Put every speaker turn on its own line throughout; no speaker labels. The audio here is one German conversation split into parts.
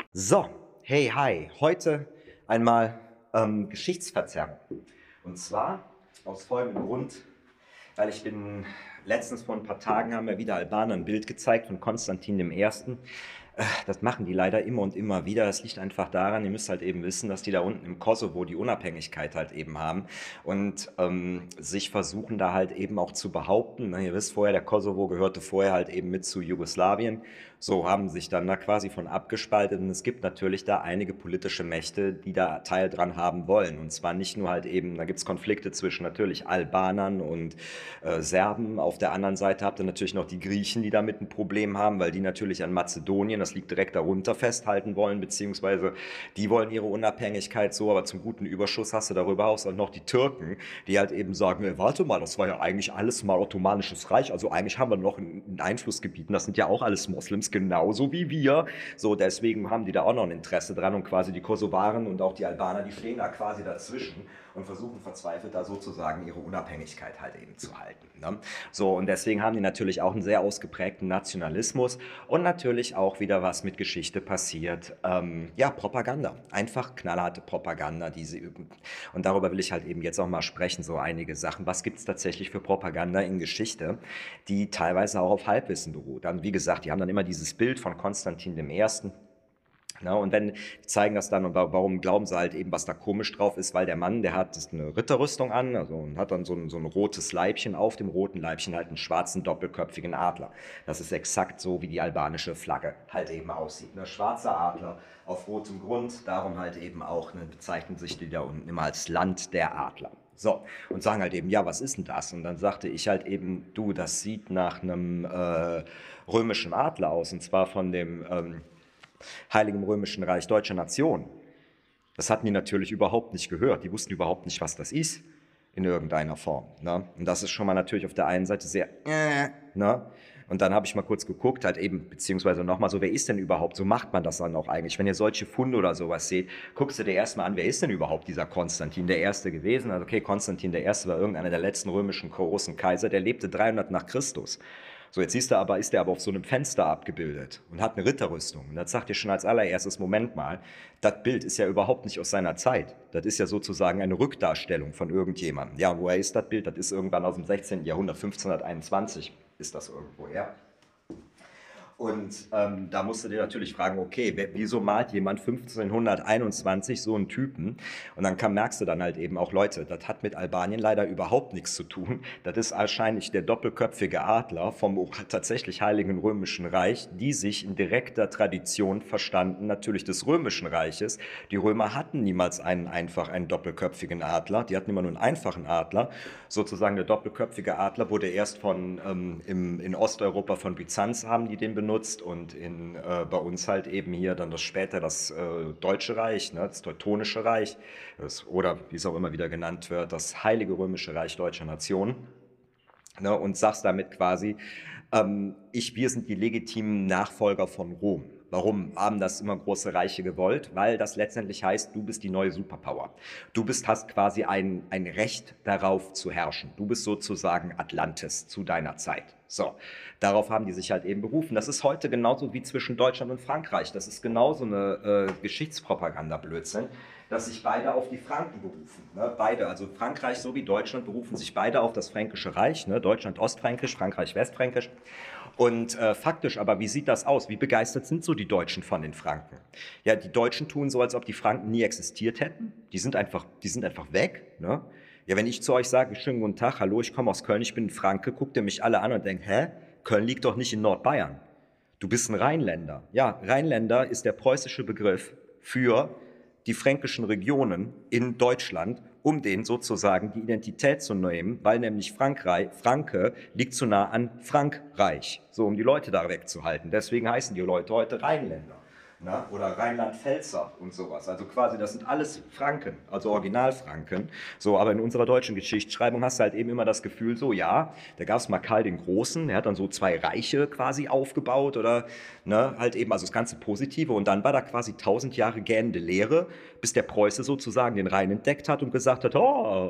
So, hey, hi. Heute einmal Geschichtsverzerrung. Und zwar aus folgendem Grund, weil ich bin letztens vor ein paar Tagen haben mir wieder Albaner ein Bild gezeigt von Konstantin I. Das machen die leider immer und immer wieder. Das liegt einfach daran, ihr müsst halt eben wissen, dass die da unten im Kosovo die Unabhängigkeit halt eben haben und sich versuchen da halt eben auch zu behaupten. Na, ihr wisst vorher, der Kosovo gehörte vorher halt eben mit zu Jugoslawien. So haben sich dann da quasi von abgespaltet und es gibt natürlich da einige politische Mächte, die da Teil dran haben wollen. Und zwar nicht nur halt eben, da gibt es Konflikte zwischen natürlich Albanern und Serben. Auf der anderen Seite habt ihr natürlich noch die Griechen, die damit ein Problem haben, weil die natürlich an Mazedonien, das liegt direkt darunter, festhalten wollen, beziehungsweise die wollen ihre Unabhängigkeit so, aber zum guten Überschuss hast du darüber hinaus auch noch die Türken, die halt eben sagen, warte mal, das war ja eigentlich alles mal Ottomanisches Reich, also eigentlich haben wir noch ein Einflussgebiet und das sind ja auch alles Moslems, genauso wie wir. So, deswegen haben die da auch noch ein Interesse dran und quasi die Kosovaren und auch die Albaner, die stehen da quasi dazwischen und versuchen verzweifelt da sozusagen ihre Unabhängigkeit halt eben zu halten. Ne? So, und deswegen haben die natürlich auch einen sehr ausgeprägten Nationalismus und natürlich auch wieder was mit Geschichte passiert. Ja, Propaganda. Einfach knallharte Propaganda, die sie üben. Und darüber will ich halt eben jetzt auch mal sprechen, so einige Sachen. Was gibt es tatsächlich für Propaganda in Geschichte, die teilweise auch auf Halbwissen beruht? Dann, wie gesagt, die haben dann immer dieses Bild von Konstantin I. Na, und wenn die zeigen das dann, und warum glauben sie halt eben, was da komisch drauf ist, weil der Mann, der hat eine Ritterrüstung an, also und hat dann so ein rotes Leibchen, auf dem roten Leibchen halt einen schwarzen doppelköpfigen Adler. Das ist exakt so, wie die albanische Flagge halt eben aussieht. Ein schwarzer Adler auf rotem Grund, darum halt eben auch, bezeichnen sich die da unten immer als Land der Adler. So, und sagen halt eben, ja, was ist denn das? Und dann sagte ich halt eben, du, das sieht nach einem römischen Adler aus, und zwar von dem Heiligen Römischen Reich Deutscher Nation. Das hatten die natürlich überhaupt nicht gehört. Die wussten überhaupt nicht, was das ist in irgendeiner Form. Ne? Und das ist schon mal natürlich auf der einen Seite sehr, ne? Und dann habe ich mal kurz geguckt, halt eben, beziehungsweise nochmal so, wer ist denn überhaupt, so macht man das dann auch eigentlich, wenn ihr solche Funde oder sowas seht, guckst du dir erstmal an, wer ist denn überhaupt dieser Konstantin, der Erste gewesen, also okay, Konstantin der Erste war irgendeiner der letzten römischen großen Kaiser, der lebte 300 nach Christus. So, jetzt siehst du aber, ist der aber auf so einem Fenster abgebildet und hat eine Ritterrüstung. Und das sagt dir schon als allererstes, Moment mal, das Bild ist ja überhaupt nicht aus seiner Zeit. Das ist ja sozusagen eine Rückdarstellung von irgendjemandem. Ja, und woher ist das Bild? Das ist irgendwann aus dem 16. Jahrhundert, 1521 ist das irgendwo her. Und da musst du dir natürlich fragen, okay, wieso malt jemand 1521 so einen Typen? Und dann merkst du dann halt eben auch, Leute, das hat mit Albanien leider überhaupt nichts zu tun. Das ist wahrscheinlich der doppelköpfige Adler vom tatsächlich Heiligen Römischen Reich, die sich in direkter Tradition verstanden, natürlich des Römischen Reiches. Die Römer hatten niemals einfach einen doppelköpfigen Adler, die hatten immer nur einen einfachen Adler. Sozusagen der doppelköpfige Adler wurde erst in Osteuropa von Byzanz haben die den benutzt und bei uns halt eben hier dann das Deutsche Reich, ne, das Teutonische Reich oder wie es auch immer wieder genannt wird, das Heilige Römische Reich Deutscher Nation, ne, und sagst damit quasi, wir sind die legitimen Nachfolger von Rom. Warum haben das immer große Reiche gewollt? Weil das letztendlich heißt, du bist die neue Superpower. Hast quasi ein Recht darauf zu herrschen. Du bist sozusagen Atlantis zu deiner Zeit. So, darauf haben die sich halt eben berufen. Das ist heute genauso wie zwischen Deutschland und Frankreich. Das ist genauso eine Geschichtspropaganda-Blödsinn, dass sich beide auf die Franken berufen. Ne? Beide, also Frankreich sowie Deutschland, berufen sich beide auf das Fränkische Reich. Ne? Deutschland Ostfränkisch, Frankreich Westfränkisch. Und faktisch aber, wie sieht das aus? Wie begeistert sind so die Deutschen von den Franken? Ja, die Deutschen tun so, als ob die Franken nie existiert hätten. Die sind einfach weg. Ne? Ja, wenn ich zu euch sage, schönen guten Tag, hallo, ich komme aus Köln, ich bin ein Franke, guckt ihr mich alle an und denkt, hä? Köln liegt doch nicht in Nordbayern. Du bist ein Rheinländer. Ja, Rheinländer ist der preußische Begriff für die fränkischen Regionen in Deutschland, um denen sozusagen die Identität zu nehmen, weil nämlich Franke liegt zu nah an Frankreich, so um die Leute da wegzuhalten. Deswegen heißen die Leute heute Rheinländer. Na, oder Rheinland-Pfälzer und sowas. Also quasi, das sind alles Franken, also Originalfranken. So, aber in unserer deutschen Geschichtsschreibung hast du halt eben immer das Gefühl, so ja, da gab es mal Karl den Großen, der hat dann so zwei Reiche quasi aufgebaut oder ne, halt eben, also das ganze Positive. Und dann war da quasi 1000 Jahre gähnende Leere, bis der Preuße sozusagen den Rhein entdeckt hat und gesagt hat, oh,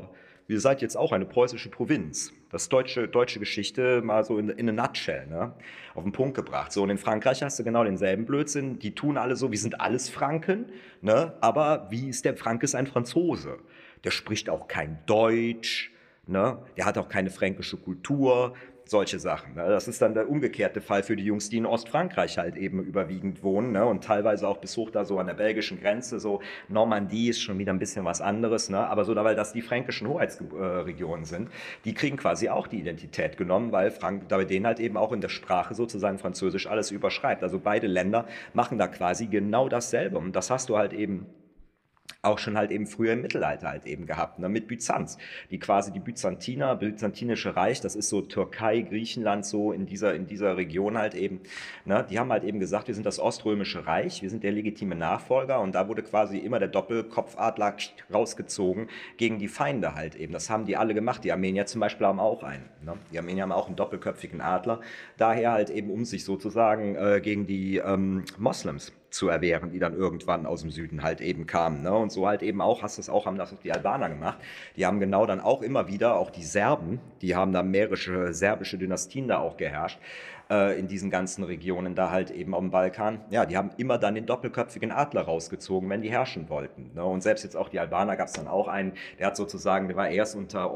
ihr seid jetzt auch eine preußische Provinz. Das ist deutsche Geschichte mal so in a nutshell, ne? Auf den Punkt gebracht. So, und in Frankreich hast du genau denselben Blödsinn. Die tun alle so, wir sind alles Franken, ne? Aber wie ist der Franke? Ist ein Franzose. Der spricht auch kein Deutsch, ne? Der hat auch keine fränkische Kultur. Solche Sachen. Ne? Das ist dann der umgekehrte Fall für die Jungs, die in Ostfrankreich halt eben überwiegend wohnen, ne? Und teilweise auch bis hoch da so an der belgischen Grenze, so Normandie ist schon wieder ein bisschen was anderes, ne? Aber so, weil das die fränkischen Hoheitsregionen sind, die kriegen quasi auch die Identität genommen, weil da bei denen halt eben auch in der Sprache sozusagen Französisch alles überschreibt. Also beide Länder machen da quasi genau dasselbe und das hast du halt eben auch schon halt eben früher im Mittelalter halt eben gehabt, ne, mit Byzanz, die quasi die byzantinische Reich, das ist so Türkei, Griechenland, so in dieser Region halt eben, ne, die haben halt eben gesagt, wir sind das Oströmische Reich, wir sind der legitime Nachfolger und da wurde quasi immer der Doppelkopfadler rausgezogen gegen die Feinde halt eben, das haben die alle gemacht, die Armenier zum Beispiel haben auch einen, ne? Die Armenier haben auch einen doppelköpfigen Adler, daher halt eben um sich sozusagen gegen die Moslems zu erwehren, die dann irgendwann aus dem Süden halt eben kamen. Ne? Und so halt eben auch, haben das die Albaner gemacht. Die haben genau dann auch immer wieder, auch die Serben, die haben da mehrere serbische Dynastien da auch geherrscht, in diesen ganzen Regionen da halt eben auf dem Balkan. Ja, die haben immer dann den doppelköpfigen Adler rausgezogen, wenn die herrschen wollten. Ne? Und selbst jetzt auch die Albaner gab es dann auch einen, der war erst unter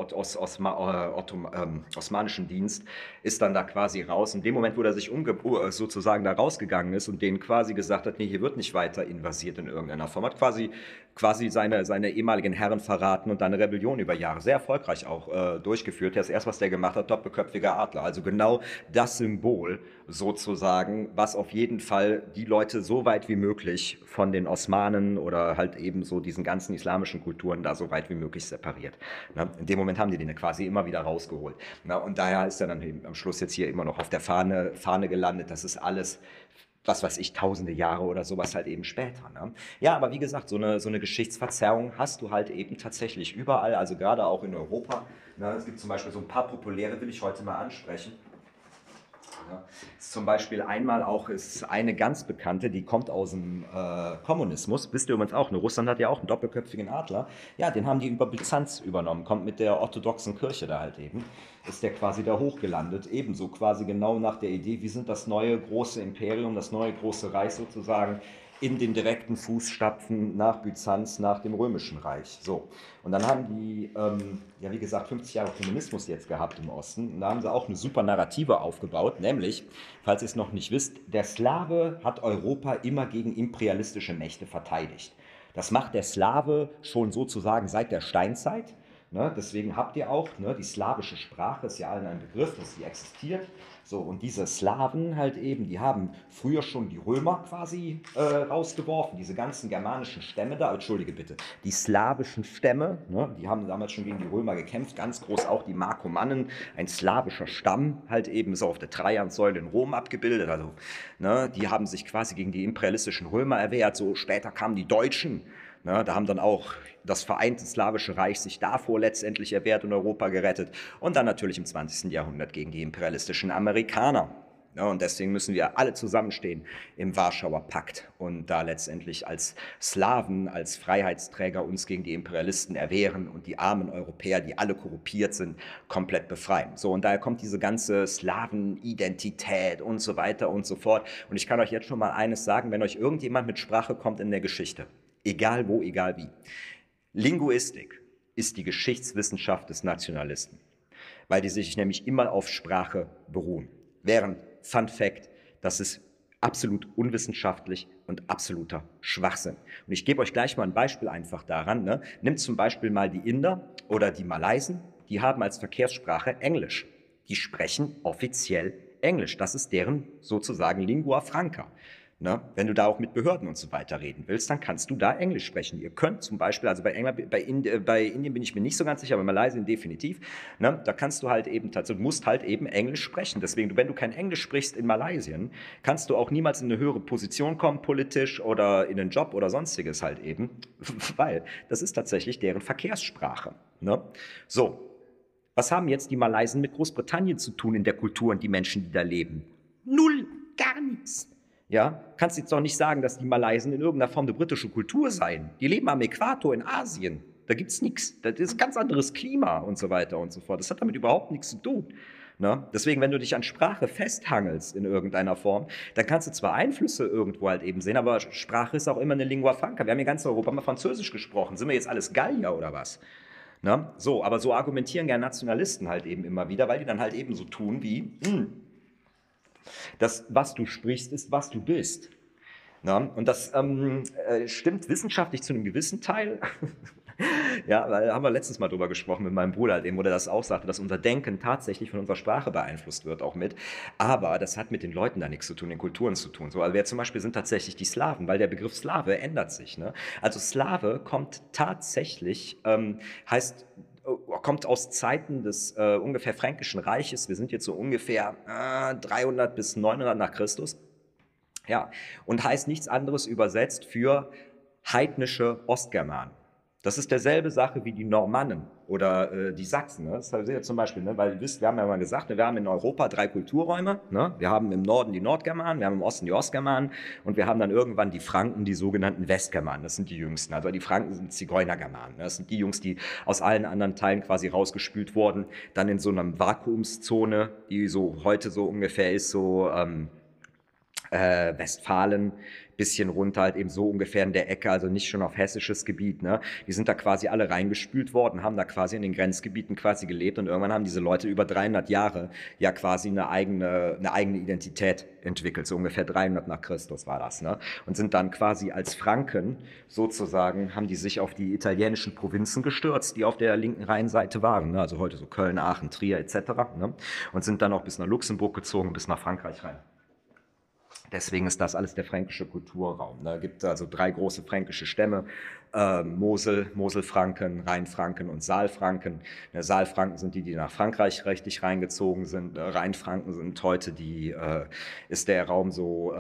osmanischen Dienst, ist dann da quasi raus. In dem Moment, wo er sich sozusagen da rausgegangen ist und denen quasi gesagt hat, nee, hier wird nicht weiter invasiert in irgendeiner Form, hat quasi seine ehemaligen Herren verraten und dann eine Rebellion über Jahre sehr erfolgreich auch durchgeführt. Das erste, was der gemacht hat, doppelköpfiger Adler. Also genau das Symbol sozusagen, was auf jeden Fall die Leute so weit wie möglich von den Osmanen oder halt eben so diesen ganzen islamischen Kulturen da so weit wie möglich separiert. Na, in dem Moment haben die den quasi immer wieder rausgeholt. Na, und daher ist er dann eben am Schluss jetzt hier immer noch auf der Fahne gelandet. Das ist alles, was weiß ich, tausende Jahre oder sowas halt eben später. Ne? Ja, aber wie gesagt, so eine Geschichtsverzerrung hast du halt eben tatsächlich überall, also gerade auch in Europa. Ne? Es gibt zum Beispiel so ein paar populäre, will ich heute mal ansprechen. Ja, ist zum Beispiel einmal auch ist eine ganz bekannte, die kommt aus dem Kommunismus, wisst ihr übrigens auch, ne? Russland hat ja auch einen doppelköpfigen Adler, ja, den haben die über Byzanz übernommen, kommt mit der orthodoxen Kirche da halt eben, ist der quasi da hochgelandet, ebenso quasi genau nach der Idee, wir sind das neue große Imperium, das neue große Reich sozusagen, in den direkten Fußstapfen nach Byzanz, nach dem Römischen Reich. So. Und dann haben die, ja wie gesagt, 50 Jahre Kommunismus jetzt gehabt im Osten. Und da haben sie auch eine super Narrative aufgebaut, nämlich, falls ihr es noch nicht wisst, der Slave hat Europa immer gegen imperialistische Mächte verteidigt. Das macht der Slave schon sozusagen seit der Steinzeit. Ne, deswegen habt ihr auch, ne, die slawische Sprache ist ja allen ein Begriff, dass sie existiert. So, und diese Slawen halt eben, die haben früher schon die Römer quasi rausgeworfen, diese ganzen germanischen Stämme da, entschuldige bitte, die slawischen Stämme, ne, die haben damals schon gegen die Römer gekämpft, ganz groß auch die Markomannen, ein slawischer Stamm, halt eben so auf der Trajanssäule in Rom abgebildet, also ne, die haben sich quasi gegen die imperialistischen Römer erwehrt, so später kamen die Deutschen. Ne, da haben dann auch das vereinte slawische Reich sich davor letztendlich erwehrt und Europa gerettet. Und dann natürlich im 20. Jahrhundert gegen die imperialistischen Amerikaner. Ja, und deswegen müssen wir alle zusammenstehen im Warschauer Pakt und da letztendlich als Slawen, als Freiheitsträger uns gegen die Imperialisten erwehren und die armen Europäer, die alle korrumpiert sind, komplett befreien. So, und daher kommt diese ganze Slawenidentität und so weiter und so fort. Und ich kann euch jetzt schon mal eines sagen, wenn euch irgendjemand mit Sprache kommt in der Geschichte, egal wo, egal wie. Linguistik ist die Geschichtswissenschaft des Nationalisten, weil die sich nämlich immer auf Sprache beruhen. Während, Fun Fact, das ist absolut unwissenschaftlich und absoluter Schwachsinn. Und ich gebe euch gleich mal ein Beispiel einfach daran. Ne? Nimmt zum Beispiel mal die Inder oder die Malaisen, die haben als Verkehrssprache Englisch. Die sprechen offiziell Englisch. Das ist deren sozusagen Lingua Franca. Ne? Wenn du da auch mit Behörden und so weiter reden willst, dann kannst du da Englisch sprechen. Ihr könnt zum Beispiel, also bei Indien bin ich mir nicht so ganz sicher, aber Malaysia definitiv, ne? Da kannst du halt eben, du musst halt eben Englisch sprechen. Deswegen, wenn du kein Englisch sprichst in Malaysia, kannst du auch niemals in eine höhere Position kommen, politisch oder in einen Job oder sonstiges halt eben, weil das ist tatsächlich deren Verkehrssprache. Ne? So, was haben jetzt die Malaisen mit Großbritannien zu tun in der Kultur und die Menschen, die da leben? Null, gar nichts. Ja, kannst jetzt doch nicht sagen, dass die Malaisen in irgendeiner Form eine britische Kultur seien. Die leben am Äquator in Asien. Da gibt es nichts. Das ist ein ganz anderes Klima und so weiter und so fort. Das hat damit überhaupt nichts zu tun. Ne? Deswegen, wenn du dich an Sprache festhangelst in irgendeiner Form, dann kannst du zwar Einflüsse irgendwo halt eben sehen, aber Sprache ist auch immer eine Lingua franca. Wir haben in ganz Europa mal Französisch gesprochen. Sind wir jetzt alles Gallier oder was? Ne? So, aber so argumentieren gerne Nationalisten halt eben immer wieder, weil die dann halt eben so tun wie, das, was du sprichst, ist, was du bist. Na, und das stimmt wissenschaftlich zu einem gewissen Teil. Ja, weil da haben wir letztens mal drüber gesprochen mit meinem Bruder, halt eben, wo der das auch sagte, dass unser Denken tatsächlich von unserer Sprache beeinflusst wird, auch mit. Aber das hat mit den Leuten da nichts zu tun, den Kulturen zu tun. So, also wer zum Beispiel sind tatsächlich die Slawen, weil der Begriff Slave ändert sich. Ne? Also Slave kommt tatsächlich, kommt aus Zeiten des ungefähr Fränkischen Reiches. Wir sind jetzt so ungefähr 300 bis 900 nach Christus. Ja, und heißt nichts anderes übersetzt für heidnische Ostgermanen. Das ist derselbe Sache wie die Normannen oder die Sachsen. Ne? Das seht ihr zum Beispiel, ne? Weil ihr wisst, wir haben ja mal gesagt, wir haben in Europa 3 Kulturräume. Ne? Wir haben im Norden die Nordgermanen, wir haben im Osten die Ostgermanen und wir haben dann irgendwann die Franken, die sogenannten Westgermanen. Das sind die jüngsten. Also die Franken sind Zigeunergermanen. Ne? Das sind die Jungs, die aus allen anderen Teilen quasi rausgespült wurden, dann in so einer Vakuumszone, die so heute so ungefähr ist, so Westfalen, bisschen runter, halt eben so ungefähr in der Ecke, also nicht schon auf hessisches Gebiet. Ne? Die sind da quasi alle reingespült worden, haben da quasi in den Grenzgebieten quasi gelebt und irgendwann haben diese Leute über 300 Jahre ja quasi eine eigene Identität entwickelt, so ungefähr 300 nach Christus war das. Ne? Und sind dann quasi als Franken sozusagen, haben die sich auf die italienischen Provinzen gestürzt, die auf der linken Rheinseite waren, ne? Also heute so Köln, Aachen, Trier etc. Ne? Und sind dann auch bis nach Luxemburg gezogen, bis nach Frankreich rein. Deswegen ist das alles der fränkische Kulturraum. Da gibt es also 3 große fränkische Stämme, Moselfranken, Rheinfranken und Saalfranken. Saalfranken sind die nach Frankreich richtig reingezogen sind. Rheinfranken sind heute ist der Raum so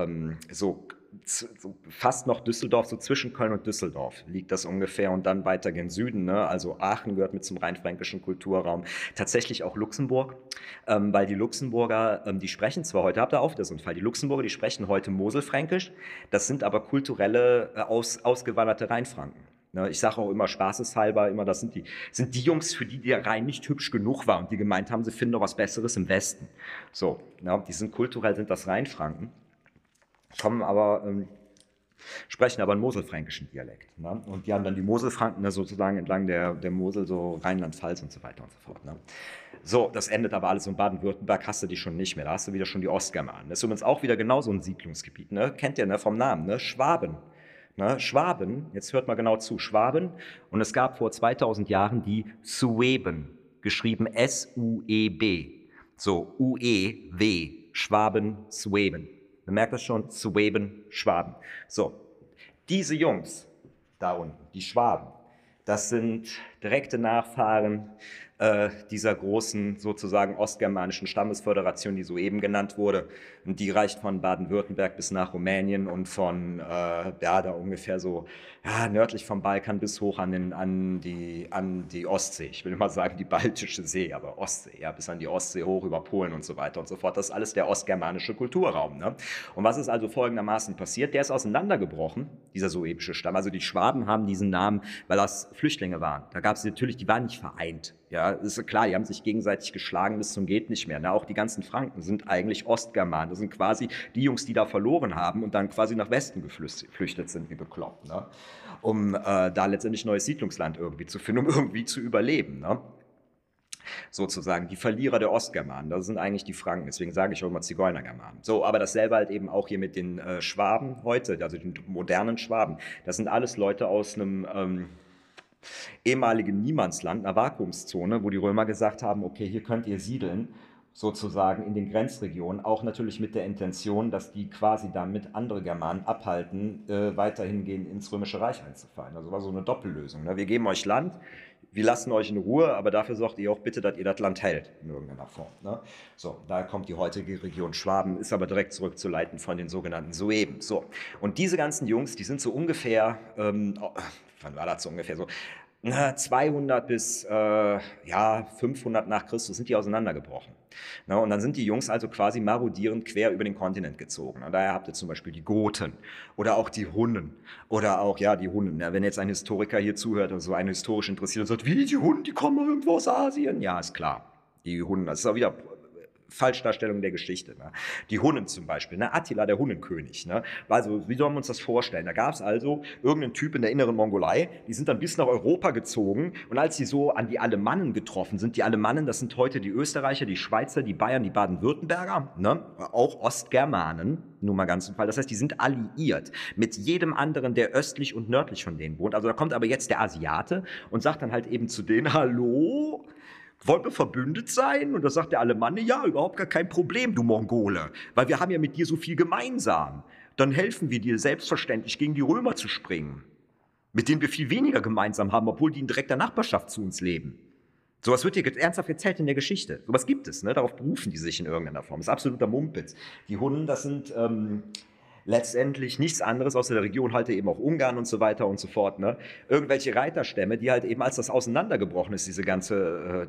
fast noch Düsseldorf, so zwischen Köln und Düsseldorf liegt das ungefähr und dann weiter gen Süden, ne? Also Aachen gehört mit zum rheinfränkischen Kulturraum, tatsächlich auch Luxemburg, weil die Luxemburger, die sprechen zwar heute, habt ihr auch wieder so einen Fall, die Luxemburger, die sprechen heute Moselfränkisch, das sind aber kulturelle, ausgewanderte Rheinfranken. Ich sage auch immer spaßeshalber, das sind die Jungs, für die der Rhein nicht hübsch genug war und die gemeint haben, sie finden noch was Besseres im Westen. So, die sind kulturell, sind das Rheinfranken. Sprechen aber einen moselfränkischen Dialekt. Ne? Und die haben dann die Moselfranken sozusagen entlang der Mosel, so Rheinland-Pfalz und so weiter und so fort. Ne? So, das endet aber alles in Baden-Württemberg, hast du die schon nicht mehr, da hast du wieder schon die Ostgermanen. Das ist übrigens auch wieder genau so ein Siedlungsgebiet, ne? Kennt ihr, ne? Vom Namen, ne? Schwaben. Ne? Schwaben, jetzt hört mal genau zu, Schwaben. Und es gab vor 2000 Jahren die Sueben, geschrieben S-U-E-B. So, U-E-W, Schwaben, Sueben. Man merkt das schon, Sueben, Schwaben. So, diese Jungs da unten, die Schwaben, das sind direkte Nachfahren dieser großen sozusagen ostgermanischen Stammesföderation, die soeben genannt wurde. Und die reicht von Baden-Württemberg bis nach Rumänien und von da ungefähr so nördlich vom Balkan bis hoch an die Ostsee. Ich will mal sagen die Baltische See, aber Ostsee, ja, bis an die Ostsee hoch über Polen und so weiter und so fort. Das ist alles der ostgermanische Kulturraum. Ne? Und was ist also folgendermaßen passiert? Der ist auseinandergebrochen, dieser suebische Stamm. Also die Schwaben haben diesen Namen, weil das Flüchtlinge waren. Da gab es natürlich, die waren nicht vereint. Ja, ist klar, die haben sich gegenseitig geschlagen bis zum geht nicht mehr. Ne? Auch die ganzen Franken sind eigentlich Ostgermanen. Das sind quasi die Jungs, die da verloren haben und dann quasi nach Westen geflüchtet sind, wie bekloppt. Ne? Um da letztendlich neues Siedlungsland irgendwie zu finden, um irgendwie zu überleben. Ne? Sozusagen die Verlierer der Ostgermanen, das sind eigentlich die Franken, deswegen sage ich auch immer Zigeunergermanen. So, aber dasselbe halt eben auch hier mit den Schwaben heute, also den modernen Schwaben. Das sind alles Leute aus einem ehemaligen Niemandsland, einer Vakuumszone, wo die Römer gesagt haben, okay, hier könnt ihr siedeln, sozusagen in den Grenzregionen, auch natürlich mit der Intention, dass die quasi damit andere Germanen abhalten, weiterhin gehen ins Römische Reich einzufallen. Also war so eine Doppellösung. Ne? Wir geben euch Land, wir lassen euch in Ruhe, aber dafür sorgt ihr auch bitte, dass ihr das Land hält, in irgendeiner Form. Ne? So, da kommt die heutige Region Schwaben, ist aber direkt zurückzuleiten von den sogenannten Sueben. So, und diese ganzen Jungs, die sind so ungefähr, wann war das so ungefähr so, 200 bis ja, 500 nach Christus sind die auseinandergebrochen. Na, und dann sind die Jungs also quasi marodierend quer über den Kontinent gezogen. Und daher habt ihr zum Beispiel die Goten oder auch die Hunnen oder auch, ja, die Hunnen. Ja, wenn jetzt ein Historiker hier zuhört oder so, ein historisch interessiert und sagt, wie, die Hunnen, die kommen irgendwo aus Asien? Ja, ist klar. Die Hunnen, das ist auch wieder Falschdarstellung der Geschichte. Ne? Die Hunnen zum Beispiel, ne? Attila, der Hunnenkönig. Ne? Also, wie sollen wir uns das vorstellen? Da gab es also irgendeinen Typ in der inneren Mongolei, die sind dann bis nach Europa gezogen und als sie so an die Alemannen getroffen sind, die Alemannen, das sind heute die Österreicher, die Schweizer, die Bayern, die Baden-Württemberger, ne? Auch Ostgermanen, nur mal ganz im Fall. Das heißt, die sind alliiert mit jedem anderen, der östlich und nördlich von denen wohnt. Also da kommt aber jetzt der Asiate und sagt dann halt eben zu denen, hallo, wollen wir verbündet sein? Und da sagt der Alemanne, ja, überhaupt gar kein Problem, du Mongole, weil wir haben ja mit dir so viel gemeinsam. Dann helfen wir dir selbstverständlich, gegen die Römer zu springen, mit denen wir viel weniger gemeinsam haben, obwohl die in direkter Nachbarschaft zu uns leben. Sowas wird hier ernsthaft erzählt in der Geschichte. Sowas gibt es, ne? Darauf berufen die sich in irgendeiner Form. Das ist absoluter Mumpitz. Die Hunnen, das sind letztendlich nichts anderes aus der Region, halt eben auch Ungarn und so weiter und so fort. Ne? Irgendwelche Reiterstämme, die halt eben, als das auseinandergebrochen ist, diese ganze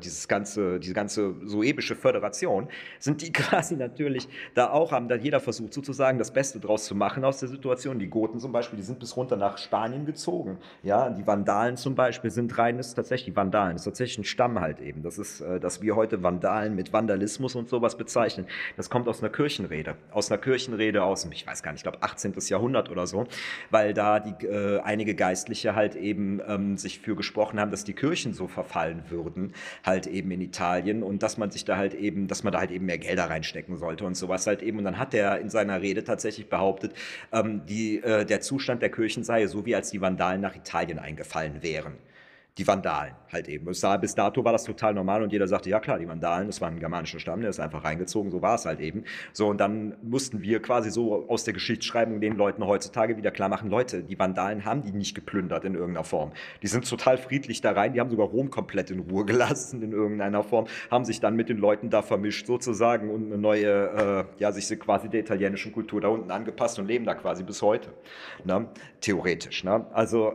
suebische Föderation, sind die quasi natürlich da auch, haben da jeder versucht sozusagen das Beste draus zu machen aus der Situation. Die Goten zum Beispiel, die sind bis runter nach Spanien gezogen. Ja, die Vandalen zum Beispiel sind rein, das ist tatsächlich die Vandalen, das ist tatsächlich ein Stamm halt eben. Das ist, dass wir heute Vandalen mit Vandalismus und sowas bezeichnen. Das kommt aus einer Kirchenrede. Aus, ich weiß gar nicht, ich glaube 18. Jahrhundert oder so, weil da einige Geistliche halt eben sich für gesprochen haben, dass die Kirchen so verfallen würden, halt eben in Italien und dass man da halt eben mehr Gelder reinstecken sollte und sowas halt eben. Und dann hat er in seiner Rede tatsächlich behauptet, der Zustand der Kirchen sei so, wie als die Vandalen nach Italien eingefallen wären. Die Vandalen halt eben. Bis dato war das total normal und jeder sagte, ja klar, die Vandalen, das war ein germanischer Stamm, der ist einfach reingezogen, so war es halt eben. So, und dann mussten wir quasi so aus der Geschichtsschreibung den Leuten heutzutage wieder klar machen, Leute, die Vandalen haben die nicht geplündert in irgendeiner Form. Die sind total friedlich da rein, die haben sogar Rom komplett in Ruhe gelassen in irgendeiner Form, haben sich dann mit den Leuten da vermischt sozusagen und eine neue, sich quasi der italienischen Kultur da unten angepasst und leben da quasi bis heute. Ne? Theoretisch. Ne? Also,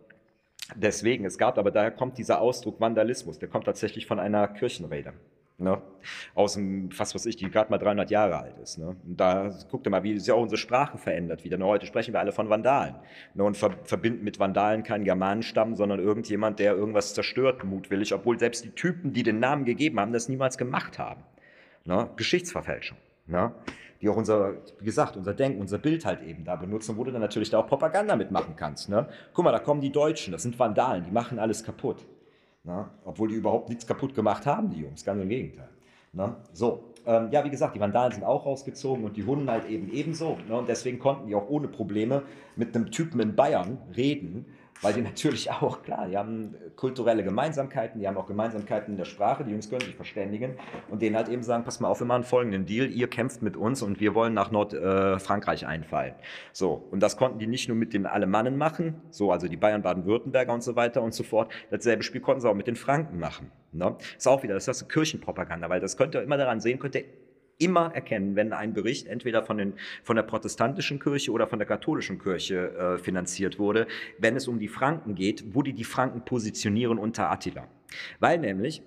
deswegen, daher kommt dieser Ausdruck Vandalismus, der kommt tatsächlich von einer Kirchenrede. Ne? Aus dem, was weiß ich, die gerade mal 300 Jahre alt ist. Ne? Und da guckt ihr mal, wie sich auch unsere Sprache verändert wieder. Ne? Heute sprechen wir alle von Vandalen. Ne? Und verbinden mit Vandalen keinen Germanenstamm, sondern irgendjemand, der irgendwas zerstört, mutwillig, obwohl selbst die Typen, die den Namen gegeben haben, das niemals gemacht haben. Ne? Geschichtsverfälschung. Ne? Die auch unser Denken, unser Bild halt eben da benutzen, wo du dann natürlich da auch Propaganda mitmachen kannst. Ne? Guck mal, da kommen die Deutschen, das sind Vandalen, die machen alles kaputt. Ne? Obwohl die überhaupt nichts kaputt gemacht haben, die Jungs, ganz im Gegenteil. Ne? So, wie gesagt, die Vandalen sind auch rausgezogen und die Hunnen halt eben ebenso. Ne? Und deswegen konnten die auch ohne Probleme mit einem Typen in Bayern reden, weil die natürlich auch, klar, die haben kulturelle Gemeinsamkeiten, die haben auch Gemeinsamkeiten in der Sprache, die Jungs können sich verständigen und denen halt eben sagen, pass mal auf, wir machen folgenden Deal, ihr kämpft mit uns und wir wollen nach Nordfrankreich einfallen. So, und das konnten die nicht nur mit den Alemannen machen, so, also die Bayern, Baden-Württemberger und so weiter und so fort, dasselbe Spiel konnten sie auch mit den Franken machen. Ne? Ist auch wieder, das ist Kirchenpropaganda, weil das könnt ihr immer daran sehen, könnt ihr immer erkennen, wenn ein Bericht entweder von der protestantischen Kirche oder von der katholischen Kirche finanziert wurde, wenn es um die Franken geht, wo die Franken positionieren unter Attila. Weil nämlich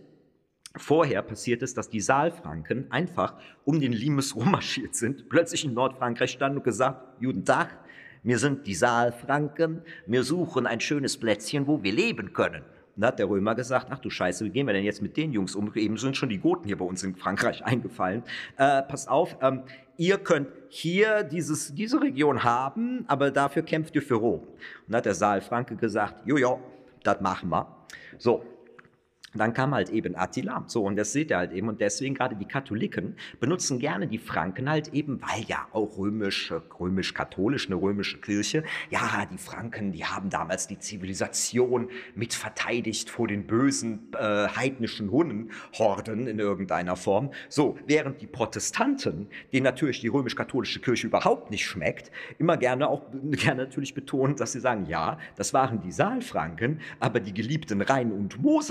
vorher passiert ist, dass die Saalfranken einfach um den Limes rummarschiert sind, plötzlich in Nordfrankreich standen und gesagt, guten Tag, wir sind die Saalfranken, wir suchen ein schönes Plätzchen, wo wir leben können. Und da hat der Römer gesagt, ach du Scheiße, wie gehen wir denn jetzt mit den Jungs um? Eben sind schon die Goten hier bei uns in Frankreich eingefallen. Passt auf, ihr könnt hier diese Region haben, aber dafür kämpft ihr für Rom. Und da hat der Saalfranke gesagt, jojo, das machen wir. So. Dann kam halt eben Attila, so, und das seht ihr halt eben, und deswegen gerade die Katholiken benutzen gerne die Franken halt eben, weil ja auch römisch-katholisch, eine römische Kirche, ja, die Franken, die haben damals die Zivilisation mit verteidigt vor den bösen heidnischen Hunnenhorden in irgendeiner Form, so, während die Protestanten, denen natürlich die römisch-katholische Kirche überhaupt nicht schmeckt, immer gerne natürlich betonen, dass sie sagen, ja, das waren die Saalfranken, aber die geliebten Rhein- und Moselfranken,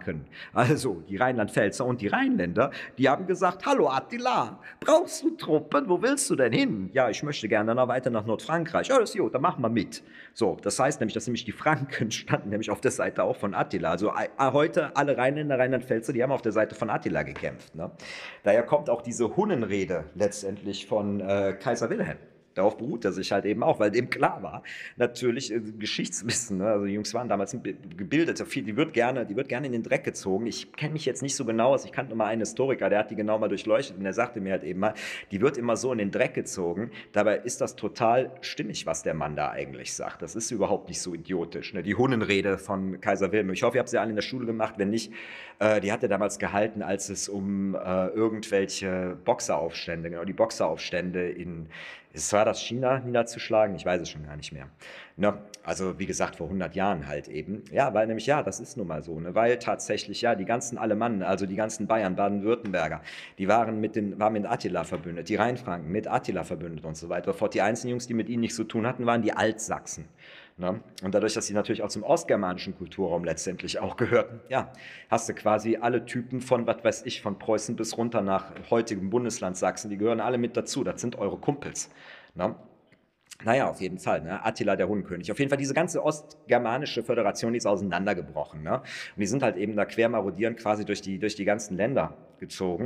Franken, also die Rheinland-Pfälzer und die Rheinländer, die haben gesagt, hallo Attila, brauchst du Truppen, wo willst du denn hin? Ja, ich möchte gerne noch weiter nach Nordfrankreich. Ja, das ist gut, dann machen wir mit. So, das heißt nämlich, dass nämlich die Franken standen nämlich auf der Seite auch von Attila. Also heute alle Rheinländer, Rheinland-Pfälzer, die haben auf der Seite von Attila gekämpft. Ne? Daher kommt auch diese Hunnenrede letztendlich von Kaiser Wilhelm. Darauf beruht er sich halt eben auch, weil dem klar war, natürlich Geschichtswissen, ne? Also die Jungs waren damals gebildet, die wird gerne in den Dreck gezogen. Ich kenne mich jetzt nicht so genau aus, ich kannte nur mal einen Historiker, der hat die genau mal durchleuchtet und der sagte mir halt eben mal, die wird immer so in den Dreck gezogen, dabei ist das total stimmig, was der Mann da eigentlich sagt. Das ist überhaupt nicht so idiotisch, ne? Die Hunnenrede von Kaiser Wilhelm. Ich hoffe, ihr habt sie alle in der Schule gemacht, wenn nicht, die hat er damals gehalten, als es um irgendwelche Boxeraufstände, genau, die Boxeraufstände in es war das China niederzuschlagen, ich weiß es schon gar nicht mehr. Ne? Also wie gesagt, vor 100 Jahren halt eben. Ja, weil nämlich, ja, das ist nun mal so. Ne? Weil tatsächlich, ja, die ganzen Alemannen, also die ganzen Bayern, Baden-Württemberger, die waren mit Attila verbündet, die Rheinfranken mit Attila verbündet und so weiter. Die einzigen Jungs, die mit ihnen nichts zu tun hatten, waren die Altsachsen. Ne? Und dadurch, dass sie natürlich auch zum ostgermanischen Kulturraum letztendlich auch gehörten, ja, hast du quasi alle Typen von, was weiß ich, von Preußen bis runter nach heutigem Bundesland Sachsen, die gehören alle mit dazu, das sind eure Kumpels. Ne? Naja, auf jeden Fall, ne? Attila der Hundenkönig. Auf jeden Fall, diese ganze ostgermanische Föderation, die ist auseinandergebrochen. Ne? Und die sind halt eben da quer marodierend quasi durch die ganzen Länder gezogen.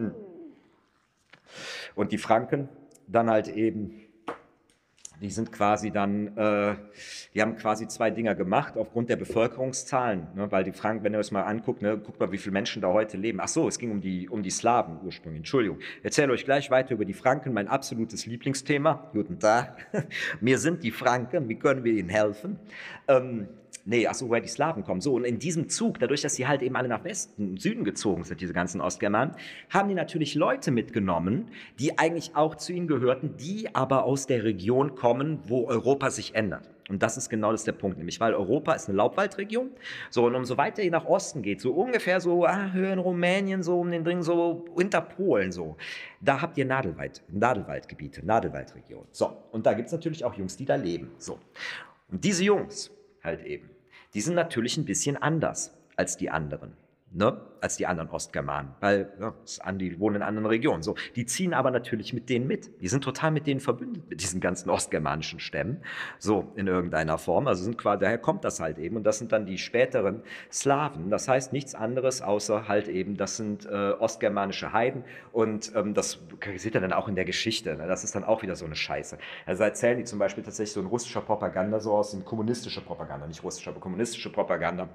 Und die Franken dann halt eben, die sind quasi dann, die haben quasi zwei Dinger gemacht aufgrund der Bevölkerungszahlen, ne? Weil die Franken, wenn ihr euch mal anguckt, ne, guckt mal, wie viele Menschen da heute leben. Ach so, es ging um die Slawen ursprünglich, Entschuldigung. Ich erzähle euch gleich weiter über die Franken, mein absolutes Lieblingsthema. Guten Tag. Wir sind die Franken, wie können wir ihnen helfen? Nee, ach so, woher die Slawen kommen. So, und in diesem Zug, dadurch, dass sie halt eben alle nach Westen und Süden gezogen sind, diese ganzen Ostgermanen, haben die natürlich Leute mitgenommen, die eigentlich auch zu ihnen gehörten, die aber aus der Region kommen, wo Europa sich ändert. Und das ist genau der Punkt, nämlich weil Europa ist eine Laubwaldregion. So, und umso weiter ihr nach Osten geht, so ungefähr so Höhe in Rumänien, so um den Dring, so hinter Polen, so, da habt ihr Nadelwaldgebiete, Nadelwaldregion. So, und da gibt es natürlich auch Jungs, die da leben. So. Und diese Jungs halt eben, die sind natürlich ein bisschen anders als die anderen. Ne? Als die anderen Ostgermanen, weil ja, die wohnen in anderen Regionen. So, die ziehen aber natürlich mit denen mit. Die sind total mit denen verbündet, mit diesen ganzen ostgermanischen Stämmen, so in irgendeiner Form. Also daher kommt das halt eben. Und das sind dann die späteren Slawen. Das heißt nichts anderes, außer halt eben, das sind ostgermanische Heiden. Und das seht ihr dann auch in der Geschichte. Ne? Das ist dann auch wieder so eine Scheiße. Also erzählen die zum Beispiel tatsächlich so in russischer Propaganda, so aus dem kommunistische Propaganda, nicht russische, aber kommunistische Propaganda.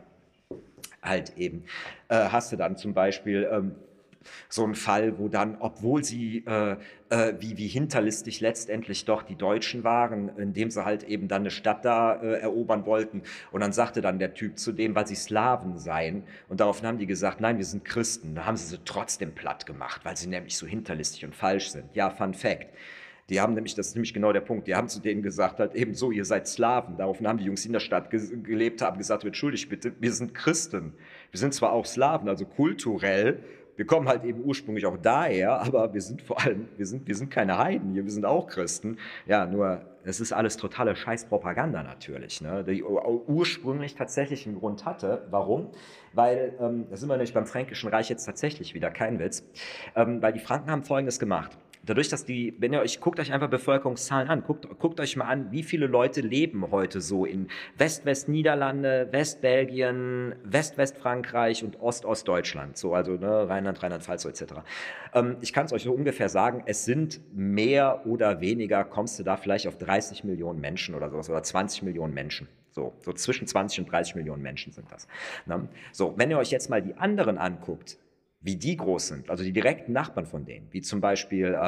Halt eben, hast du dann zum Beispiel so einen Fall, wo dann, obwohl sie wie hinterlistig letztendlich doch die Deutschen waren, indem sie halt eben dann eine Stadt da erobern wollten, und dann sagte dann der Typ zu dem, weil sie Slawen seien, und daraufhin haben die gesagt, nein, wir sind Christen. Da haben sie trotzdem platt gemacht, weil sie nämlich so hinterlistig und falsch sind. Ja, Fun Fact. Die haben nämlich, das ist nämlich genau der Punkt, die haben zu denen gesagt, halt eben so, ihr seid Slawen. Daraufhin haben die Jungs, die in der Stadt gelebt haben, gesagt, entschuldigt bitte, wir sind Christen. Wir sind zwar auch Slawen, also kulturell, wir kommen halt eben ursprünglich auch daher, aber wir sind vor allem, wir sind keine Heiden hier, wir sind auch Christen. Ja, nur, es ist alles totale Scheißpropaganda natürlich, ne? Die ursprünglich tatsächlich einen Grund hatte. Warum? Weil, da sind wir nämlich beim Fränkischen Reich jetzt tatsächlich wieder, kein Witz, weil die Franken haben Folgendes gemacht. Dadurch, dass wenn ihr euch, guckt euch einfach Bevölkerungszahlen an, guckt euch mal an, wie viele Leute leben heute so in West-West-Niederlande, West-Belgien, West-West-Frankreich und Ost-Ost-Deutschland, so, also ne, Rheinland, Rheinland-Pfalz so etc. Ich kann es euch so ungefähr sagen, es sind mehr oder weniger, kommst du da vielleicht auf 30 Millionen Menschen oder sowas, oder 20 Millionen Menschen. So zwischen 20 und 30 Millionen Menschen sind das. Ne? So, wenn ihr euch jetzt mal die anderen anguckt, wie die groß sind, also die direkten Nachbarn von denen, wie zum Beispiel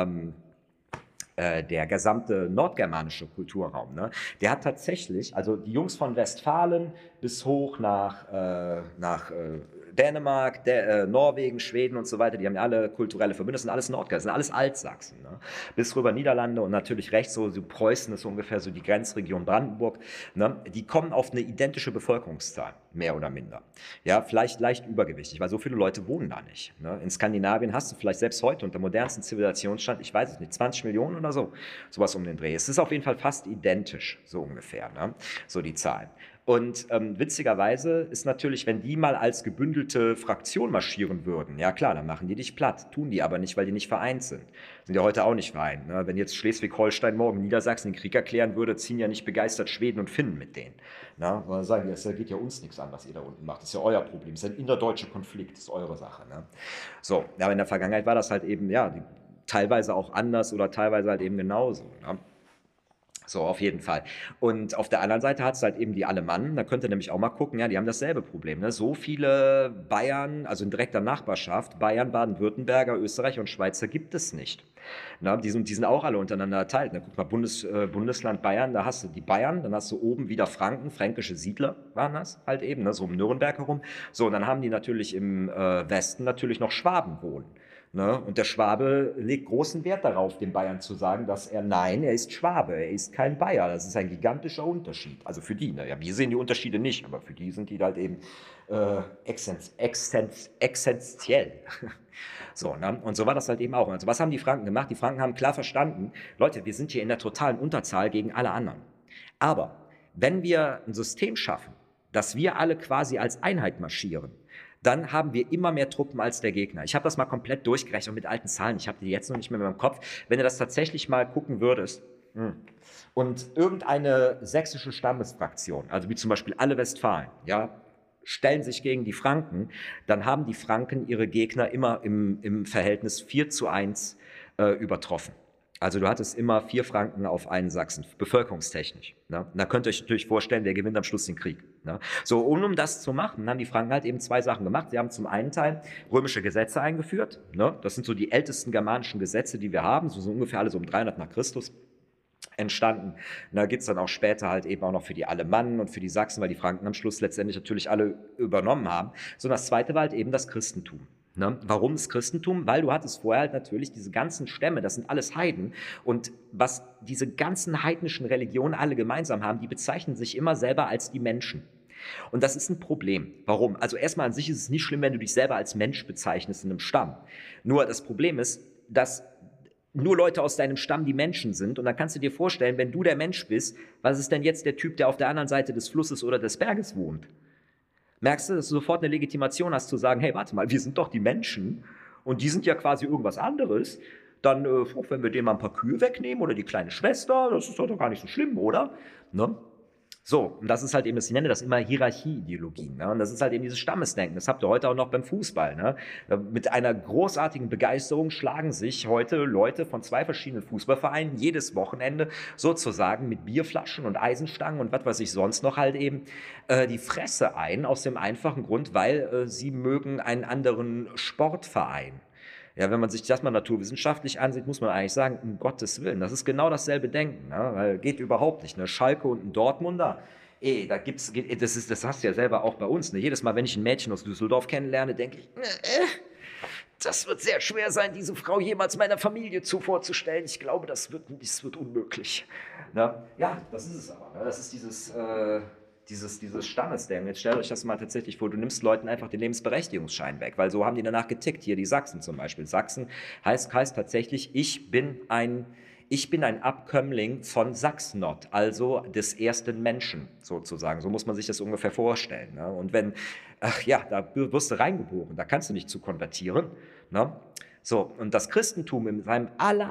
der gesamte nordgermanische Kulturraum, ne, der hat tatsächlich, also die Jungs von Westfalen bis hoch nach Dänemark, Norwegen, Schweden und so weiter, die haben ja alle kulturelle Verbünde, das sind alles Nordger, das sind alles Altsachsen. Ne? Bis rüber Niederlande und natürlich rechts so Preußen ist so ungefähr so die Grenzregion Brandenburg. Ne? Die kommen auf eine identische Bevölkerungszahl, mehr oder minder. Ja, vielleicht leicht übergewichtig, weil so viele Leute wohnen da nicht. Ne? In Skandinavien hast du vielleicht selbst heute unter modernsten Zivilisationsstand, ich weiß es nicht, 20 Millionen oder so, sowas um den Dreh. Es ist auf jeden Fall fast identisch, so ungefähr, ne? So die Zahlen. Und witzigerweise ist natürlich, wenn die mal als gebündelte Fraktion marschieren würden, ja klar, dann machen die dich platt. Tun die aber nicht, weil die nicht vereint sind. Sind ja heute auch nicht vereint. Ne? Wenn jetzt Schleswig-Holstein morgen Niedersachsen den Krieg erklären würde, ziehen ja nicht begeistert Schweden und Finnen mit denen. Ne? Sondern sagen, das geht ja uns nichts an, was ihr da unten macht. Das ist ja euer Problem. Das ist ein innerdeutscher Konflikt, das ist eure Sache. Ne? So, aber in der Vergangenheit war das halt eben, ja, teilweise auch anders oder teilweise halt eben genauso. Ne? So, auf jeden Fall. Und auf der anderen Seite hat es halt eben die Alemannen, da könnt ihr nämlich auch mal gucken, ja, die haben dasselbe Problem. Ne? So viele Bayern, also in direkter Nachbarschaft, Bayern, Baden-Württemberger, Österreicher und Schweizer gibt es nicht. Na, die sind auch alle untereinander erteilt. Ne? Guck mal, Bundesland Bayern, da hast du die Bayern, dann hast du oben wieder Franken, fränkische Siedler waren das halt eben, ne? So um Nürnberg herum. So, und dann haben die natürlich im Westen natürlich noch Schwaben wohnen. Ne? Und der Schwabe legt großen Wert darauf, den Bayern zu sagen, dass er ist Schwabe, er ist kein Bayer. Das ist ein gigantischer Unterschied. Also für die, ne? Ja, wir sehen die Unterschiede nicht, aber für die sind die halt eben essentiell. So, ne? Und so war das halt eben auch. Also was haben die Franken gemacht? Die Franken haben klar verstanden, Leute, wir sind hier in der totalen Unterzahl gegen alle anderen. Aber wenn wir ein System schaffen, dass wir alle quasi als Einheit marschieren, dann haben wir immer mehr Truppen als der Gegner. Ich habe das mal komplett durchgerechnet mit alten Zahlen. Ich habe die jetzt noch nicht mehr in meinem Kopf. Wenn du das tatsächlich mal gucken würdest und irgendeine sächsische Stammesfraktion, also wie zum Beispiel alle Westfalen, ja, stellen sich gegen die Franken, dann haben die Franken ihre Gegner immer im Verhältnis 4:1 übertroffen. Also du hattest immer 4 Franken auf einen Sachsen, bevölkerungstechnisch. Ne? Da könnt ihr euch natürlich vorstellen, wer gewinnt am Schluss den Krieg. Ne? So, um das zu machen, haben die Franken halt eben 2 Sachen gemacht. Sie haben zum einen Teil römische Gesetze eingeführt. Ne? Das sind so die ältesten germanischen Gesetze, die wir haben, so ungefähr alle so um 300 nach Christus entstanden. Und da gibt es dann auch später halt eben auch noch für die Alemannen und für die Sachsen, weil die Franken am Schluss letztendlich natürlich alle übernommen haben. So, und das zweite war halt eben das Christentum. Ne? Warum das Christentum? Weil du hattest vorher halt natürlich diese ganzen Stämme, das sind alles Heiden. Und was diese ganzen heidnischen Religionen alle gemeinsam haben, die bezeichnen sich immer selber als die Menschen. Und das ist ein Problem. Warum? Also erstmal an sich ist es nicht schlimm, wenn du dich selber als Mensch bezeichnest in einem Stamm. Nur das Problem ist, dass nur Leute aus deinem Stamm die Menschen sind. Und dann kannst du dir vorstellen, wenn du der Mensch bist, was ist denn jetzt der Typ, der auf der anderen Seite des Flusses oder des Berges wohnt? Merkst du, dass du sofort eine Legitimation hast zu sagen, hey, warte mal, wir sind doch die Menschen und die sind ja quasi irgendwas anderes. Dann, wenn wir denen mal ein paar Kühe wegnehmen oder die kleine Schwester, das ist doch gar nicht so schlimm, oder? Ne? So, und das ist halt eben, ich nenne das immer Hierarchie-Ideologien. Ne? Und das ist halt eben dieses Stammesdenken. Das habt ihr heute auch noch beim Fußball. Ne? Mit einer großartigen Begeisterung schlagen sich heute Leute von 2 verschiedenen Fußballvereinen jedes Wochenende sozusagen mit Bierflaschen und Eisenstangen und was weiß ich sonst noch halt eben die Fresse ein, aus dem einfachen Grund, weil sie mögen einen anderen Sportverein. Ja, wenn man sich das mal naturwissenschaftlich ansieht, muss man eigentlich sagen, um Gottes Willen, das ist genau dasselbe Denken. Ne? Weil geht überhaupt nicht. Ne? Schalke und ein Dortmunder, das hast du ja selber auch bei uns. Ne? Jedes Mal, wenn ich ein Mädchen aus Düsseldorf kennenlerne, denke ich, das wird sehr schwer sein, diese Frau jemals meiner Familie vorzustellen. Ich glaube, das wird unmöglich. Ne? Ja, das ist es aber. Ne? Das ist dieses Stammesdenken. Jetzt stellt euch das mal tatsächlich vor, du nimmst Leuten einfach den Lebensberechtigungsschein weg, weil so haben die danach getickt. Hier die Sachsen zum Beispiel. Sachsen heißt tatsächlich, ich bin ein Abkömmling von Sachsen-Not, also des ersten Menschen sozusagen. So muss man sich das ungefähr vorstellen. Ne? Und wenn, da wirst du reingeboren, da kannst du nicht zu konvertieren. Ne? So, und das Christentum in seinem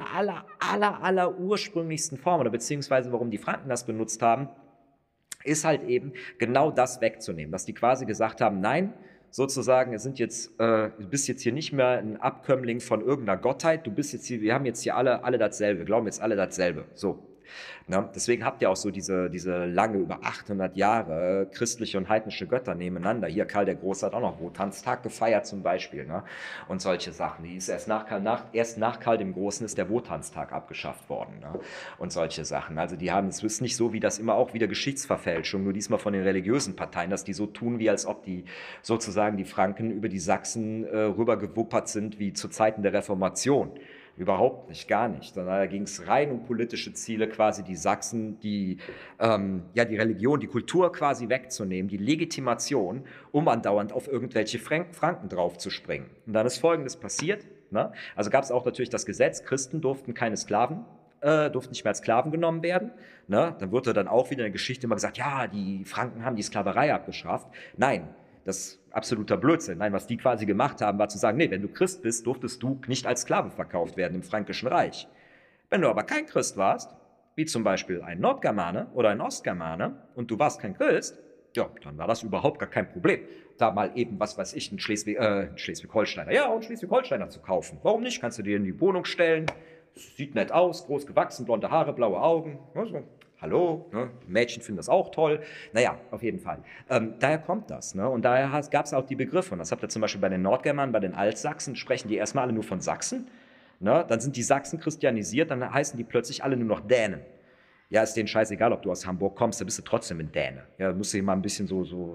aller ursprünglichsten Form, oder beziehungsweise warum die Franken das benutzt haben, ist halt eben genau das wegzunehmen, dass die quasi gesagt haben, nein, sozusagen, du bist jetzt hier nicht mehr ein Abkömmling von irgendeiner Gottheit, wir haben jetzt hier alle dasselbe, wir glauben jetzt alle dasselbe, so. Ne? Deswegen habt ihr auch so diese lange, über 800 Jahre christliche und heidnische Götter nebeneinander. Hier Karl der Große hat auch noch Wotanstag gefeiert zum Beispiel. Ne? Und solche Sachen. Erst nach Karl dem Großen ist der Wotanstag abgeschafft worden. Ne? Und solche Sachen. Also es ist nicht so, wie das immer auch wieder Geschichtsverfälschung, nur diesmal von den religiösen Parteien, dass die so tun, wie als ob die sozusagen die Franken über die Sachsen rübergewuppert sind, wie zu Zeiten der Reformation. Überhaupt nicht, gar nicht. Sondern da ging es rein um politische Ziele, quasi die Sachsen, die Religion, die Kultur quasi wegzunehmen, die Legitimation, um andauernd auf irgendwelche Franken draufzuspringen. Und dann ist Folgendes passiert. Ne? Also gab es auch natürlich das Gesetz, Christen durften keine Sklaven durften nicht mehr als Sklaven genommen werden. Ne? Dann wurde dann auch wieder in der Geschichte immer gesagt, ja, die Franken haben die Sklaverei abgeschafft. Nein, das ist absoluter Blödsinn. Nein, was die quasi gemacht haben, war zu sagen, nee, wenn du Christ bist, durftest du nicht als Sklave verkauft werden im Fränkischen Reich. Wenn du aber kein Christ warst, wie zum Beispiel ein Nordgermane oder ein Ostgermane, und du warst kein Christ, ja, dann war das überhaupt gar kein Problem, da mal eben, was weiß ich, einen Schleswig-Holsteiner, ja, einen Schleswig-Holsteiner zu kaufen. Warum nicht? Kannst du dir in die Wohnung stellen, sieht nett aus, groß gewachsen, blonde Haare, blaue Augen, also, hallo, ne? Mädchen finden das auch toll. Naja, auf jeden Fall. Daher kommt das. Ne? Und daher gab es auch die Begriffe. Und das habt ihr zum Beispiel bei den Nordgermanen, bei den Altsachsen, sprechen die erstmal alle nur von Sachsen. Ne? Dann sind die Sachsen christianisiert, dann heißen die plötzlich alle nur noch Dänen. Ja, ist denen scheißegal, ob du aus Hamburg kommst, da bist du trotzdem ein Däne. Ja, da musst du mal ein bisschen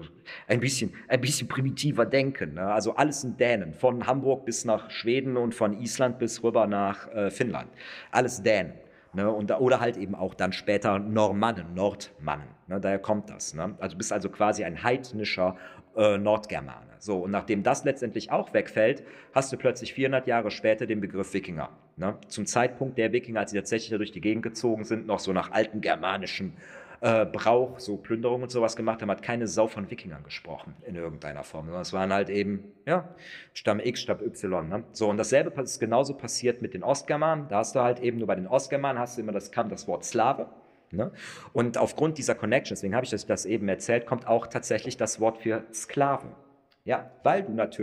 ein bisschen primitiver denken. Ne? Also alles sind Dänen, von Hamburg bis nach Schweden und von Island bis rüber nach Finnland. Alles Dänen. Ne? Oder halt eben auch dann später Normannen, Nordmannen. Ne? Daher kommt das. Ne? Also du bist also quasi ein heidnischer Nordgermane. So, und nachdem das letztendlich auch wegfällt, hast du plötzlich 400 Jahre später den Begriff Wikinger. Ne? Zum Zeitpunkt der Wikinger, als sie tatsächlich da durch die Gegend gezogen sind, noch so nach alten germanischen Brauch, so Plünderungen und sowas gemacht haben, hat keine Sau von Wikingern gesprochen in irgendeiner Form, sondern es waren halt eben, ja, Stamm X, Stamm Y. Ne? So, und dasselbe ist genauso passiert mit den Ostgermanen. Da hast du halt eben, nur bei den Ostgermanen hast du immer kam das Wort Slave. Ne? Und aufgrund dieser Connection, deswegen habe ich das eben erzählt, kommt auch tatsächlich das Wort für Sklave. Ja, weil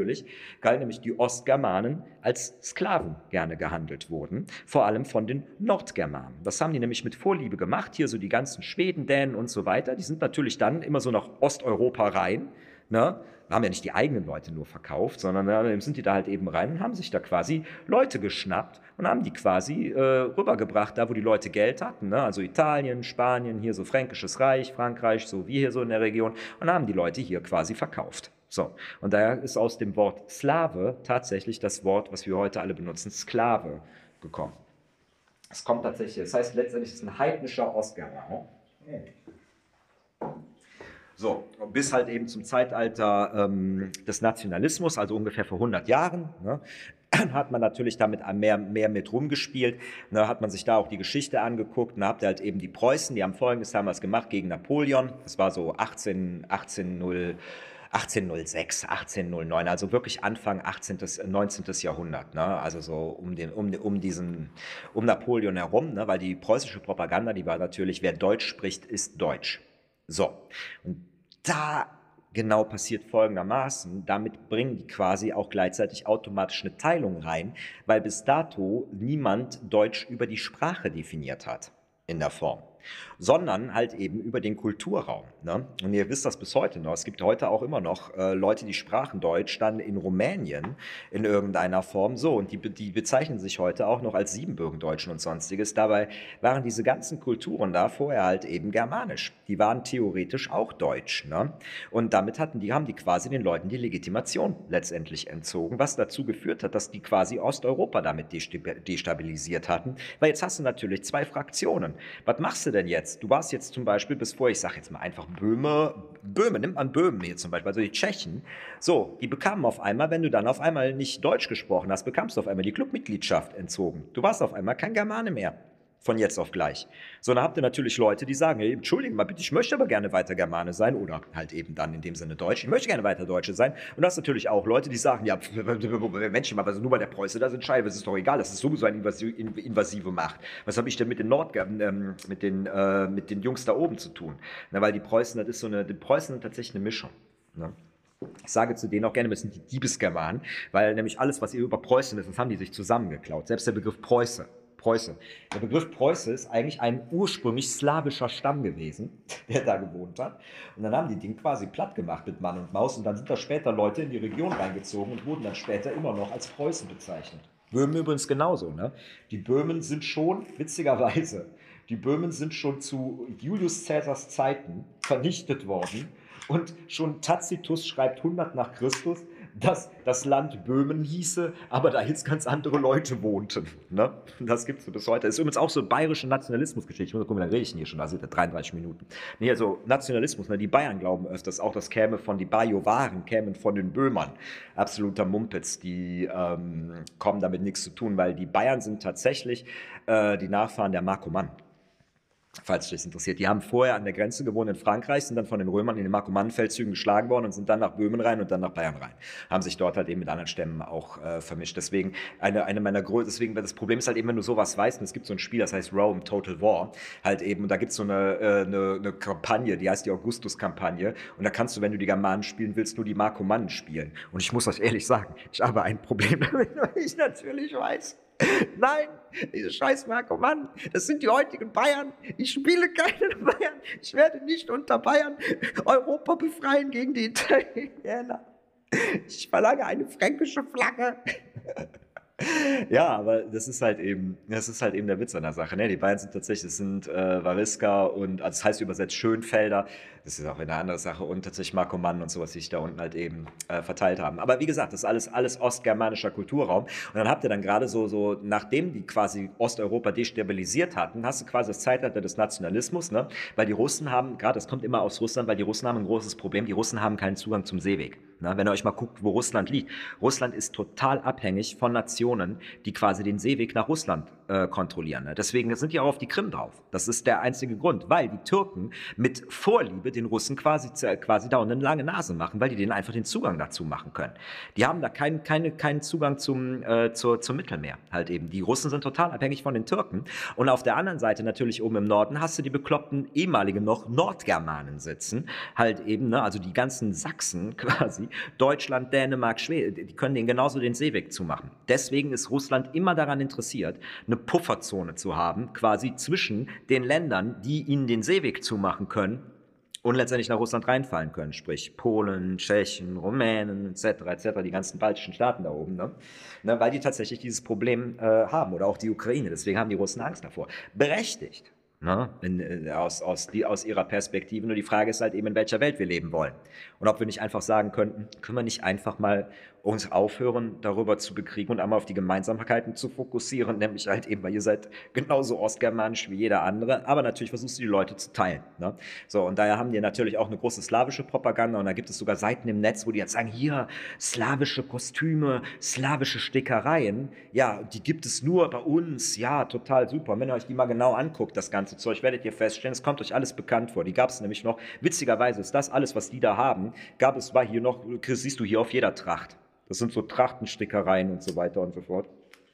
nämlich die Ostgermanen als Sklaven gerne gehandelt wurden, vor allem von den Nordgermanen. Das haben die nämlich mit Vorliebe gemacht, hier so die ganzen Schweden, Dänen und so weiter, die sind natürlich dann immer so nach Osteuropa rein, ne? Haben ja nicht die eigenen Leute nur verkauft, sondern dann sind die da halt eben rein und haben sich da quasi Leute geschnappt und haben die quasi rübergebracht, da wo die Leute Geld hatten, ne? Also Italien, Spanien, hier so Fränkisches Reich, Frankreich, so wie hier so in der Region, und haben die Leute hier quasi verkauft. So, und daher ist aus dem Wort Slave tatsächlich das Wort, was wir heute alle benutzen, Sklave, gekommen. Es kommt tatsächlich, das heißt letztendlich, es ist ein heidnischer Ostgermane. So, bis halt eben zum Zeitalter des Nationalismus, also ungefähr vor 100 Jahren, ne, hat man natürlich damit mehr mit rumgespielt. Ne, hat man sich da auch die Geschichte angeguckt. Da habt ihr halt eben die Preußen, die haben Folgendes damals gemacht gegen Napoleon. Das war so 1806, 1809, also wirklich Anfang 18., 19. Jahrhundert, ne? Also so um Napoleon herum, ne? Weil die preußische Propaganda, die war natürlich, wer Deutsch spricht, ist Deutsch. So, und da genau passiert folgendermaßen, damit bringen die quasi auch gleichzeitig automatisch eine Teilung rein, weil bis dato niemand Deutsch über die Sprache definiert hat in der Form, sondern halt eben über den Kulturraum. Ne? Und ihr wisst das bis heute noch. Es gibt heute auch immer noch Leute, die sprachen Deutsch dann in Rumänien in irgendeiner Form so, und die bezeichnen sich heute auch noch als Siebenbürgendeutschen und sonstiges. Dabei waren diese ganzen Kulturen da vorher halt eben germanisch. Die waren theoretisch auch deutsch. Ne? Und damit haben die quasi den Leuten die Legitimation letztendlich entzogen, was dazu geführt hat, dass die quasi Osteuropa damit destabilisiert hatten. Weil jetzt hast du natürlich zwei Fraktionen. Was machst du denn jetzt? Du warst jetzt zum Beispiel bis vor, ich sage jetzt mal einfach Böhme, nimmt man Böhmen hier zum Beispiel, also die Tschechen. So, die bekamen auf einmal, wenn du dann auf einmal nicht Deutsch gesprochen hast, bekamst du auf einmal die Clubmitgliedschaft entzogen. Du warst auf einmal kein Germane mehr. Von jetzt auf gleich. So, dann habt ihr natürlich Leute, die sagen, hey, entschuldigen mal bitte, ich möchte aber gerne weiter Germane sein, oder halt eben dann in dem Sinne Deutsch, ich möchte gerne weiter Deutsche sein. Und das natürlich auch Leute, die sagen, ja, Menschen, aber nur weil der Preuße das entscheidet, das ist doch egal, das ist sowieso eine invasive Macht. Was habe ich denn mit den Jungs da oben zu tun? Na, weil die Preußen, die Preußen sind tatsächlich eine Mischung. Ne? Ich sage zu denen auch gerne, wir sind die Diebesgermanen, weil nämlich alles, was ihr über Preußen ist, das haben die sich zusammengeklaut. Selbst der Begriff Preuße. Der Begriff Preuße ist eigentlich ein ursprünglich slawischer Stamm gewesen, der da gewohnt hat. Und dann haben die Ding quasi platt gemacht mit Mann und Maus. Und dann sind da später Leute in die Region reingezogen und wurden dann später immer noch als Preußen bezeichnet. Böhmen übrigens genauso. Ne? Die Böhmen sind schon, witzigerweise, zu Julius Caesars Zeiten vernichtet worden. Und schon Tacitus schreibt 100 nach Christus, dass das Land Böhmen hieße, aber da jetzt ganz andere Leute wohnten. Ne? Das gibt es bis heute. Das ist übrigens auch so bayerische Nationalismusgeschichte. Ich muss mal gucken, wie lange rede ich denn hier schon? Also 33 Minuten. Nee, also Nationalismus, ne? Die Bayern glauben öfters auch, das käme von, die Bajuwaren kämen von den Böhmern. Absoluter Mumpitz. Die kommen damit nichts zu tun, weil die Bayern sind tatsächlich die Nachfahren der Markomannen. Falls dich das interessiert. Die haben vorher an der Grenze gewohnt in Frankreich, sind dann von den Römern in den Markomannen-Feldzügen geschlagen worden und sind dann nach Böhmen rein und dann nach Bayern rein. Haben sich dort halt eben mit anderen Stämmen auch vermischt. Deswegen eine meiner größten, deswegen, das Problem ist halt eben, wenn du sowas weißt, und es gibt so ein Spiel, das heißt Rome Total War, halt eben, und da gibt es so eine Kampagne, die heißt die Augustus-Kampagne, und da kannst du, wenn du die Germanen spielen willst, nur die Markomannen spielen. Und ich muss euch ehrlich sagen, ich habe ein Problem damit, weil ich natürlich weiß, nein, diese scheiß Markomannen, das sind die heutigen Bayern. Ich spiele keine Bayern. Ich werde nicht unter Bayern Europa befreien gegen die Italiener. Ich verlange eine fränkische Flagge. Ja, aber das ist halt eben der Witz an der Sache. Ne? Die Bayern sind tatsächlich, das sind Variska und, also das heißt übersetzt Schönfelder, das ist auch eine andere Sache, und tatsächlich Markomannen und sowas, die sich da unten halt eben verteilt haben. Aber wie gesagt, das ist alles ostgermanischer Kulturraum. Und dann habt ihr dann gerade so, nachdem die quasi Osteuropa destabilisiert hatten, hast du quasi das Zeitalter des Nationalismus, ne? Weil die Russen haben, gerade das kommt immer aus Russland, weil die Russen haben ein großes Problem, die Russen haben keinen Zugang zum Seeweg. Ne? Wenn ihr euch mal guckt, wo Russland liegt. Russland ist total abhängig von Nationen, die quasi den Seeweg nach Russland kontrollieren. Ne? Deswegen sind die auch auf die Krim drauf. Das ist der einzige Grund, weil die Türken mit Vorliebe den Russen quasi da eine lange Nase machen, weil die denen einfach den Zugang dazu machen können. Die haben da keinen Zugang zum Mittelmeer halt eben. Die Russen sind total abhängig von den Türken. Und auf der anderen Seite natürlich oben im Norden hast du die bekloppten ehemaligen noch Nordgermanen sitzen, halt eben, ne? Also die ganzen Sachsen quasi, Deutschland, Dänemark, Schweden, die können denen genauso den Seeweg zumachen. Deswegen ist Russland immer daran interessiert, eine Pufferzone zu haben, quasi zwischen den Ländern, die ihnen den Seeweg zumachen können und letztendlich nach Russland reinfallen können, sprich Polen, Tschechen, Rumänen etc., die ganzen baltischen Staaten da oben, ne? Weil die tatsächlich dieses Problem haben, oder auch die Ukraine. Deswegen haben die Russen Angst davor. Berechtigt. Ne? Aus ihrer Perspektive. Nur die Frage ist halt eben, in welcher Welt wir leben wollen. Und ob wir nicht einfach sagen könnten, können wir nicht einfach mal uns aufhören, darüber zu bekriegen und einmal auf die Gemeinsamkeiten zu fokussieren, nämlich halt eben, weil ihr seid genauso ostgermanisch wie jeder andere, aber natürlich versuchst du die Leute zu teilen. Ne? So, und daher haben die natürlich auch eine große slawische Propaganda, und da gibt es sogar Seiten im Netz, wo die jetzt sagen, hier, slawische Kostüme, slawische Stickereien, ja, die gibt es nur bei uns, ja, total super. Und wenn ihr euch die mal genau anguckt, das ganze Zeug, werdet ihr feststellen, es kommt euch alles bekannt vor. Die gab es nämlich noch, witzigerweise ist das alles, was die da haben, war hier noch, siehst du hier auf jeder Tracht. Das sind so Trachtenstickereien und so weiter und so fort.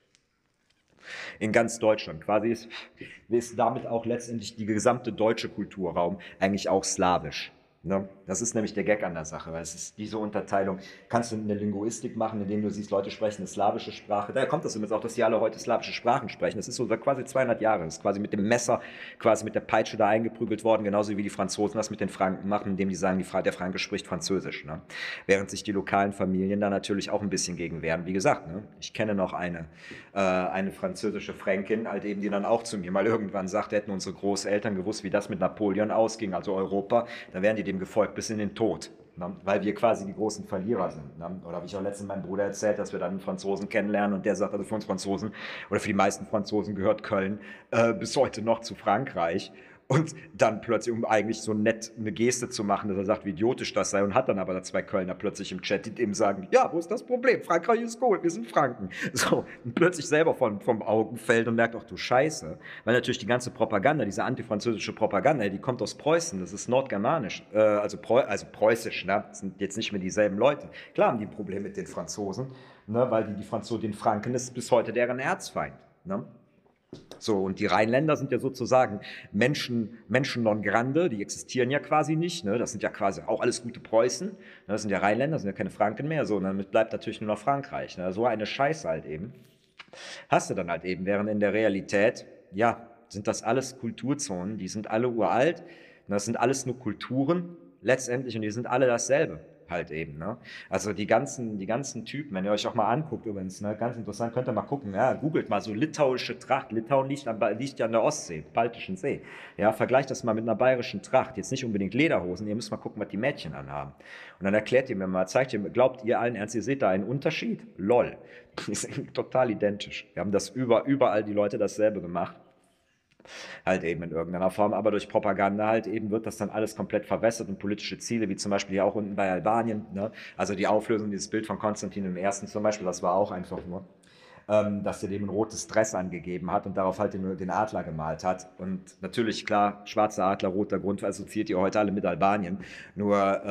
In ganz Deutschland. Quasi ist damit auch letztendlich die gesamte deutsche Kulturraum eigentlich auch slawisch. Ne? Das ist nämlich der Gag an der Sache, weil es ist diese Unterteilung, kannst du in der Linguistik machen, indem du siehst, Leute sprechen eine slawische Sprache. Daher kommt das übrigens auch, dass die alle heute slawische Sprachen sprechen. Das ist so seit quasi 200 Jahren. Das ist quasi mit dem Messer, quasi mit der Peitsche da eingeprügelt worden, genauso wie die Franzosen das mit den Franken machen, indem die sagen, der Franke spricht Französisch. Ne? Während sich die lokalen Familien da natürlich auch ein bisschen gegen wehren. Wie gesagt, ne? Ich kenne noch eine französische Fränkin, halt eben, die dann auch zu mir mal irgendwann sagt, hätten unsere Großeltern gewusst, wie das mit Napoleon ausging, also Europa, dann wären die dem gefolgt bis in den Tod, ne? Weil wir quasi die großen Verlierer sind. Ne? Oder habe ich auch letztens meinem Bruder erzählt, dass wir dann einen Franzosen kennenlernen, und der sagt, also für uns Franzosen oder für die meisten Franzosen gehört Köln bis heute noch zu Frankreich. Und dann plötzlich, um eigentlich so nett eine Geste zu machen, dass er sagt, wie idiotisch das sei, und hat dann aber da zwei Kölner plötzlich im Chat, die dem sagen, ja, wo ist das Problem? Frankreich ist gut, wir sind Franken. So, und plötzlich selber vom Augen fällt und merkt, ach du Scheiße. Weil natürlich die ganze Propaganda, diese antifranzösische Propaganda, die kommt aus Preußen, das ist nordgermanisch, also preußisch, ne? Das sind jetzt nicht mehr dieselben Leute. Klar haben die ein Problem mit den Franzosen, ne? Weil die Franzosen, den Franken ist bis heute deren Erzfeind, ne? So, und die Rheinländer sind ja sozusagen Menschen non grande, die existieren ja quasi nicht, ne? Das sind ja quasi auch alles gute Preußen, ne? Das sind ja Rheinländer, das sind ja keine Franken mehr, so, und damit bleibt natürlich nur noch Frankreich, ne? So eine Scheiße halt eben. Hast du dann halt eben, während in der Realität, ja, sind das alles Kulturzonen, die sind alle uralt, das sind alles nur Kulturen letztendlich, und die sind alle dasselbe. halt eben. Ne? Also die ganzen Typen, wenn ihr euch auch mal anguckt übrigens, ne, ganz interessant, könnt ihr mal gucken, ja, googelt mal so litauische Tracht. Litauen liegt ja an der Ostsee, Baltischen See. Ja, vergleicht das mal mit einer bayerischen Tracht. Jetzt nicht unbedingt Lederhosen, ihr müsst mal gucken, was die Mädchen anhaben. Und dann erklärt ihr mir mal, zeigt ihr mir, glaubt ihr allen ernst, ihr seht da einen Unterschied? Lol. Die sind total identisch. Wir haben das überall die Leute dasselbe gemacht. Halt eben in irgendeiner Form, aber durch Propaganda halt eben wird das dann alles komplett verwässert und politische Ziele, wie zum Beispiel hier auch unten bei Albanien, ne? Also die Auflösung dieses Bild von Konstantin I. zum Beispiel, das war auch einfach nur, dass er dem ein rotes Dress angegeben hat und darauf halt den Adler gemalt hat. Und natürlich, klar, schwarzer Adler, roter Grund, assoziiert ihr heute alle mit Albanien, nur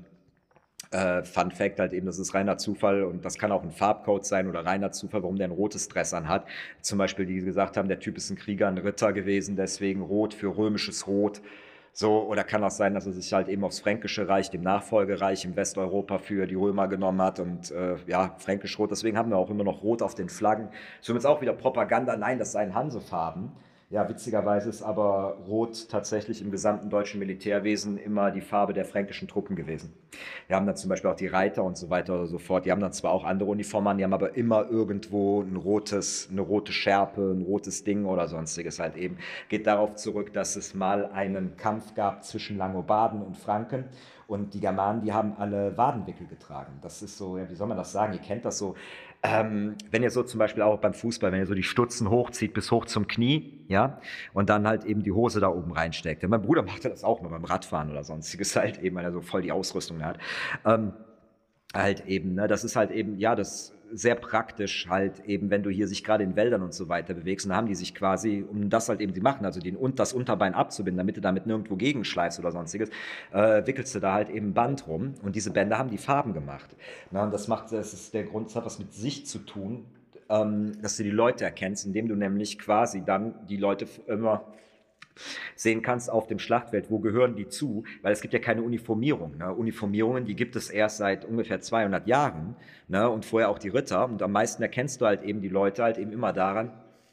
Fun Fact halt eben, das ist reiner Zufall und das kann auch ein Farbcode sein oder reiner Zufall, warum der ein rotes Dress anhat. Zum Beispiel, die gesagt haben, der Typ ist ein Krieger, ein Ritter gewesen, deswegen rot für römisches Rot. So, oder kann auch sein, dass er sich halt eben aufs Fränkische Reich, dem Nachfolgereich in Westeuropa für die Römer genommen hat und ja, fränkisch-rot. Deswegen haben wir auch immer noch Rot auf den Flaggen. Somit auch wieder Propaganda. Nein, das seien Hansefarben. Ja, witzigerweise ist aber Rot tatsächlich im gesamten deutschen Militärwesen immer die Farbe der fränkischen Truppen gewesen. Wir haben dann zum Beispiel auch die Reiter und so weiter oder so fort. Die haben dann zwar auch andere Uniformen an, die haben aber immer irgendwo eine rote Schärpe, ein rotes Ding oder sonstiges halt eben. Geht darauf zurück, dass es mal einen Kampf gab zwischen Langobarden und Franken. Und die Germanen, die haben alle Wadenwickel getragen. Das ist so, ja, wie soll man das sagen? Ihr kennt das so. Wenn ihr so zum Beispiel auch beim Fußball, wenn ihr so die Stutzen hochzieht bis hoch zum Knie, ja, und dann halt eben die Hose da oben reinsteckt. Ja, mein Bruder machte das auch mal beim Radfahren oder sonstiges halt eben, weil er so voll die Ausrüstung hat. Ähm, Halt eben, ne, das ist halt eben, ja, das sehr praktisch halt eben, wenn du hier sich gerade in Wäldern und so weiter bewegst, und dann haben die sich quasi, um das halt eben, sie machen, also das Unterbein abzubinden, damit du damit nirgendwo gegenschleifst oder sonstiges, wickelst du da halt eben ein Band rum und diese Bänder haben die Farben gemacht. Na, und das ist der Grund, das hat was mit sich zu tun, dass du die Leute erkennst, indem du nämlich quasi dann die Leute immer sehen kannst auf dem Schlachtfeld, wo gehören die zu, weil es gibt ja keine Uniformierung. Ne? Uniformierungen, die gibt es erst seit ungefähr 200 Jahren, ne? Und vorher auch die Ritter. Und am meisten erkennst du halt eben die Leute halt eben immer daran,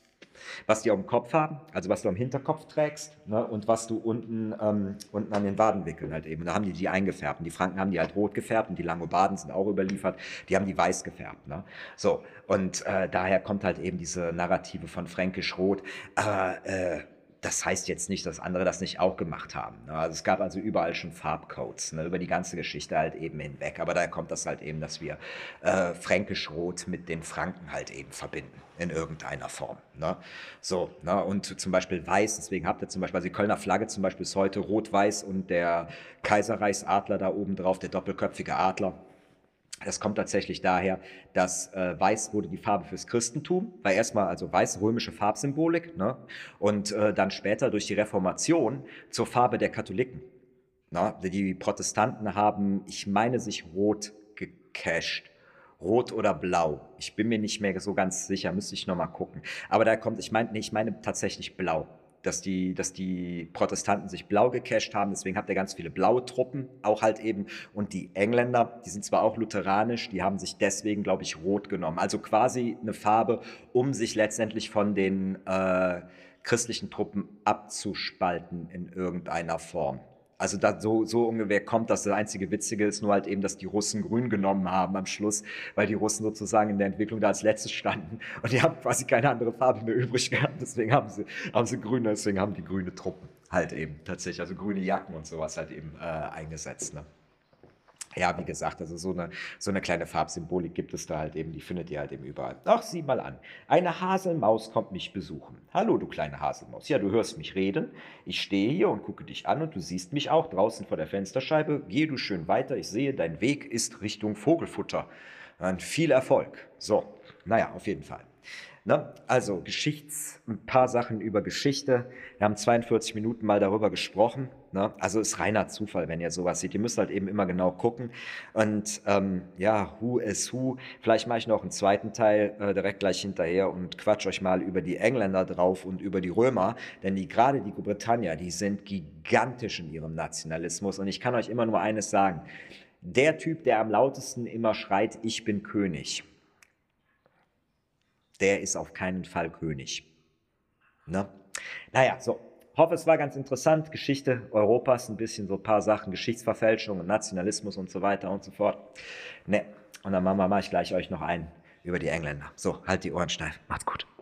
was die auf dem Kopf haben, also was du am Hinterkopf trägst, ne? Und was du unten an den Wadenwickeln halt eben. Da haben die eingefärbt. Und die Franken haben die halt rot gefärbt und die Langobarden sind auch überliefert, die haben die weiß gefärbt. Ne? So, und daher kommt halt eben diese Narrative von Fränkisch-Rot. Aber das heißt jetzt nicht, dass andere das nicht auch gemacht haben. Ne? Also es gab also überall schon Farbcodes, ne? Über die ganze Geschichte halt eben hinweg. Aber daher kommt das halt eben, dass wir Fränkisch-Rot mit den Franken halt eben verbinden, in irgendeiner Form. Ne? So, ne? Und zum Beispiel Weiß, deswegen habt ihr zum Beispiel, also die Kölner Flagge zum Beispiel ist heute Rot-Weiß und der Kaiserreichsadler da oben drauf, der doppelköpfige Adler. Das kommt tatsächlich daher, dass Weiß wurde die Farbe fürs Christentum, war erstmal also weiß römische Farbsymbolik, ne? Und dann später durch die Reformation zur Farbe der Katholiken. Na, die Protestanten haben, ich meine, sich rot gecasht. Rot oder blau. Ich bin mir nicht mehr so ganz sicher, müsste ich nochmal gucken. Aber da kommt, ich meine tatsächlich blau. Dass die Protestanten sich blau gecasht haben, deswegen habt ihr ganz viele blaue Truppen, auch halt eben. Und die Engländer, die sind zwar auch lutheranisch, die haben sich deswegen, glaube ich, rot genommen. Also quasi eine Farbe, um sich letztendlich von den christlichen Truppen abzuspalten in irgendeiner Form. Also so ungefähr kommt das. Das einzige Witzige ist nur halt eben, dass die Russen grün genommen haben am Schluss, weil die Russen sozusagen in der Entwicklung da als letztes standen und die haben quasi keine andere Farbe mehr übrig gehabt. Deswegen haben sie grüne, deswegen haben die grüne Truppen halt eben tatsächlich, also grüne Jacken und sowas halt eben eingesetzt. Ne? Ja, wie gesagt, also so eine kleine Farbsymbolik gibt es da halt eben, die findet ihr halt eben überall. Ach, sieh mal an, eine Haselmaus kommt mich besuchen. Hallo, du kleine Haselmaus. Ja, du hörst mich reden. Ich stehe hier und gucke dich an und du siehst mich auch draußen vor der Fensterscheibe. Geh du schön weiter, ich sehe, dein Weg ist Richtung Vogelfutter. Dann viel Erfolg. So, naja, auf jeden Fall. Ne? Also ein paar Sachen über Geschichte. Wir haben 42 Minuten mal darüber gesprochen. Ne? Also ist reiner Zufall, wenn ihr sowas seht. Ihr müsst halt eben immer genau gucken. Und ja, who is who. Vielleicht mache ich noch einen zweiten Teil direkt gleich hinterher und quatsch euch mal über die Engländer drauf und über die Römer. Denn gerade die Britannier, die sind gigantisch in ihrem Nationalismus. Und ich kann euch immer nur eines sagen. Der Typ, der am lautesten immer schreit, ich bin König, der ist auf keinen Fall König. Ne? Naja, so. Hoffe, es war ganz interessant. Geschichte Europas, ein bisschen so ein paar Sachen, Geschichtsverfälschung und Nationalismus und so weiter und so fort. Ne, und dann mache ich gleich euch noch einen über die Engländer. So, halt die Ohren steif. Macht's gut.